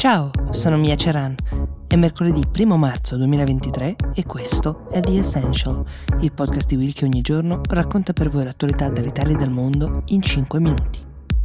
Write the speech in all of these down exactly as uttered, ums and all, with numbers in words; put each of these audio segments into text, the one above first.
Ciao, sono Mia Ceran. È mercoledì primo marzo duemilaventitré e questo è The Essential, il podcast di Will che ogni giorno racconta per voi l'attualità dall'Italia e dal mondo in cinque minuti.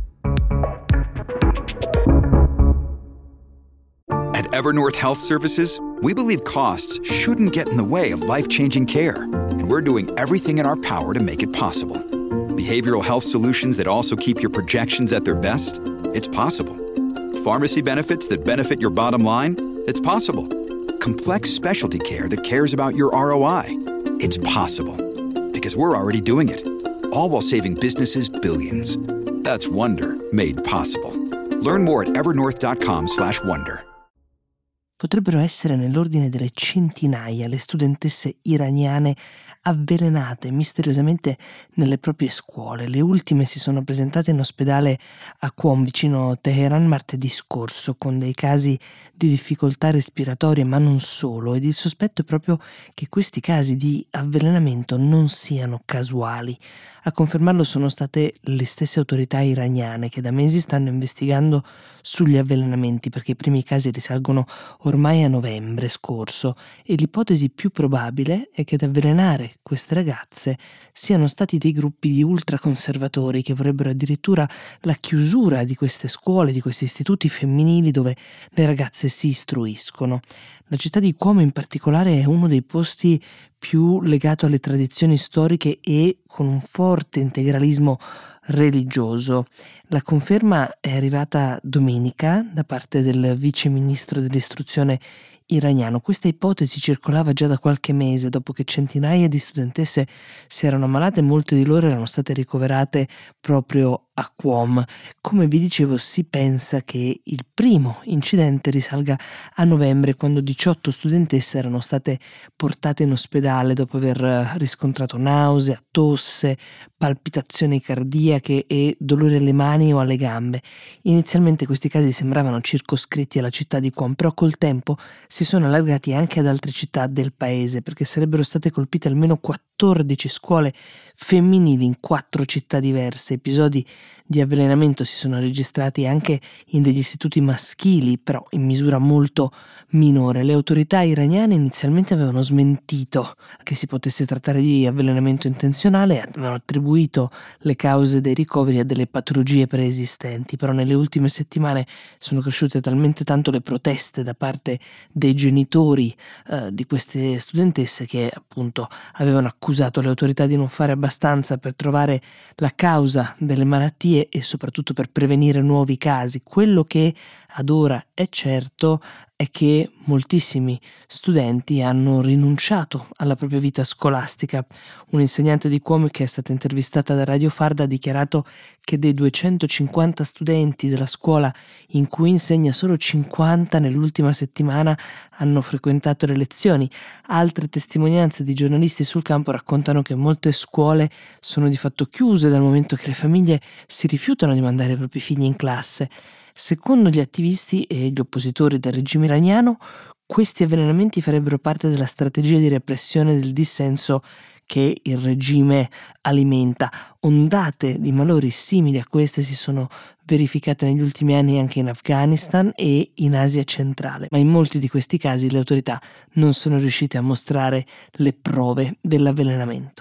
At Evernorth Health Services, we believe costs shouldn't get in the way of life-changing care, and we're doing everything in our power to make it possible. Behavioral health solutions that also keep your projections at their best? It's possible. Pharmacy benefits that benefit your bottom line? It's possible. Complex specialty care that cares about your R O I? It's possible. Because we're already doing it. All while saving businesses billions. That's Wonder made possible. Learn more at evernorth.com slash wonder. Potrebbero essere nell'ordine delle centinaia le studentesse iraniane avvelenate misteriosamente nelle proprie scuole. Le ultime si sono presentate in ospedale a Qom, vicino Teheran, martedì scorso, con dei casi di difficoltà respiratorie, ma non solo, ed il sospetto è proprio che questi casi di avvelenamento non siano casuali. A confermarlo sono state le stesse autorità iraniane, che da mesi stanno investigando sugli avvelenamenti, perché i primi casi risalgono ormai a novembre scorso, e l'ipotesi più probabile è che ad avvelenare queste ragazze siano stati dei gruppi di ultraconservatori che vorrebbero addirittura la chiusura di queste scuole, di questi istituti femminili dove le ragazze si istruiscono. La città di Qom in particolare è uno dei posti più legato alle tradizioni storiche e con un forte integralismo religioso. La conferma è arrivata domenica da parte del vice ministro dell'istruzione iraniano. Questa ipotesi circolava già da qualche mese, dopo che centinaia di studentesse si erano ammalate e molte di loro erano state ricoverate proprio a Qom. Come vi dicevo, si pensa che il primo incidente risalga a novembre, quando diciotto studentesse erano state portate in ospedale dopo aver riscontrato nausea, tosse, palpitazioni cardiache e dolori alle mani o alle gambe. Inizialmente questi casi sembravano circoscritti alla città di Qom, però col tempo si sono allargati anche ad altre città del paese, perché sarebbero state colpite almeno quattordici scuole femminili in quattro città diverse. Episodi di avvelenamento si sono registrati anche in degli istituti maschili, però in misura molto minore. Le autorità iraniane inizialmente avevano smentito che si potesse trattare di avvelenamento intenzionale, avevano attribuito le cause dei ricoveri a delle patologie preesistenti, però nelle ultime settimane sono cresciute talmente tanto le proteste da parte dei genitori eh, di queste studentesse che appunto avevano accusato le autorità di non fare abbastanza per trovare la causa delle malattie e soprattutto per prevenire nuovi casi. Quello che ad ora è certo è che moltissimi studenti hanno rinunciato alla propria vita scolastica. Un'insegnante di Qom che è stata intervistata da Radio Fard ha dichiarato che dei duecentocinquanta studenti della scuola in cui insegna, solo cinquanta nell'ultima settimana hanno frequentato le lezioni. Altre testimonianze di giornalisti sul campo raccontano che molte scuole sono di fatto chiuse dal momento che le famiglie si rifiutano di mandare i propri figli in classe. Secondo gli attivisti e gli oppositori del regime iraniano, questi avvelenamenti farebbero parte della strategia di repressione del dissenso che il regime alimenta. Ondate di malori simili a queste si sono verificate negli ultimi anni anche in Afghanistan e in Asia centrale, ma in molti di questi casi le autorità non sono riuscite a mostrare le prove dell'avvelenamento.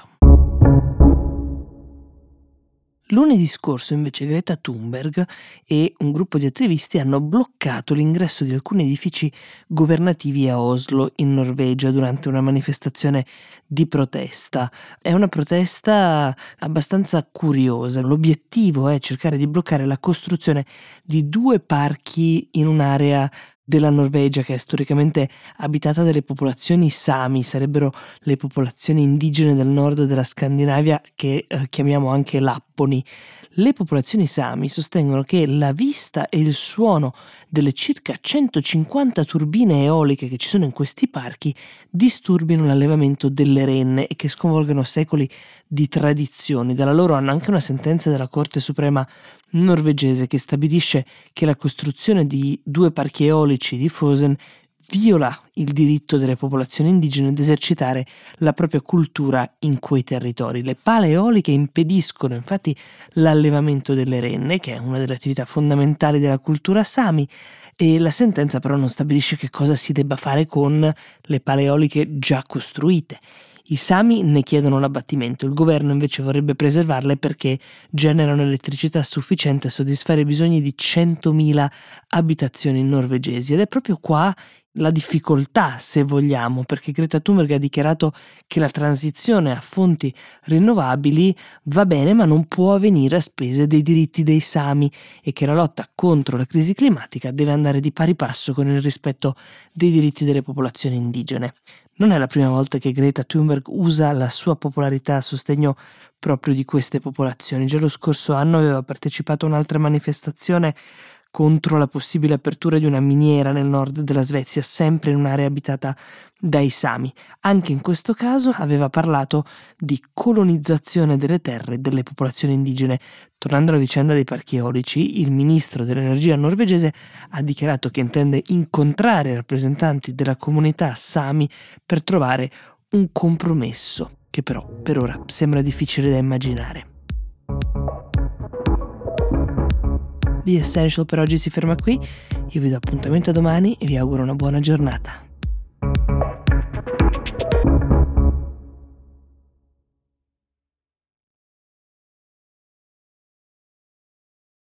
Lunedì scorso invece Greta Thunberg e un gruppo di attivisti hanno bloccato l'ingresso di alcuni edifici governativi a Oslo, in Norvegia, durante una manifestazione di protesta. È una protesta abbastanza curiosa. L'obiettivo è cercare di bloccare la costruzione di due parchi in un'area della Norvegia che è storicamente abitata dalle popolazioni Sami, sarebbero le popolazioni indigene del nord della Scandinavia che eh, chiamiamo anche Lapponi. Le popolazioni Sami sostengono che la vista e il suono delle circa centocinquanta turbine eoliche che ci sono in questi parchi disturbino l'allevamento delle renne e che sconvolgano secoli di tradizioni. Dalla loro hanno anche una sentenza della Corte Suprema norvegese che stabilisce che la costruzione di due parchi eolici di Fosen viola il diritto delle popolazioni indigene ad esercitare la propria cultura in quei territori. Le pale eoliche impediscono infatti l'allevamento delle renne, che è una delle attività fondamentali della cultura Sami, e la sentenza però non stabilisce che cosa si debba fare con le pale eoliche già costruite. I Sami ne chiedono l'abbattimento, il governo invece vorrebbe preservarle perché generano elettricità sufficiente a soddisfare i bisogni di centomila abitazioni norvegesi, ed è proprio qua la difficoltà, se vogliamo, perché Greta Thunberg ha dichiarato che la transizione a fonti rinnovabili va bene ma non può avvenire a spese dei diritti dei Sami e che la lotta contro la crisi climatica deve andare di pari passo con il rispetto dei diritti delle popolazioni indigene. Non è la prima volta che Greta Thunberg usa la sua popolarità a sostegno proprio di queste popolazioni. Già lo scorso anno aveva partecipato a un'altra manifestazione contro la possibile apertura di una miniera nel nord della Svezia, sempre in un'area abitata dai Sami. Anche in questo caso aveva parlato di colonizzazione delle terre delle popolazioni indigene. Tornando alla vicenda dei parchi eolici, il ministro dell'energia norvegese ha dichiarato che intende incontrare i rappresentanti della comunità Sami per trovare un compromesso, che però per ora sembra difficile da immaginare. The Essential per oggi si ferma qui, io vi do appuntamento a domani e vi auguro una buona giornata.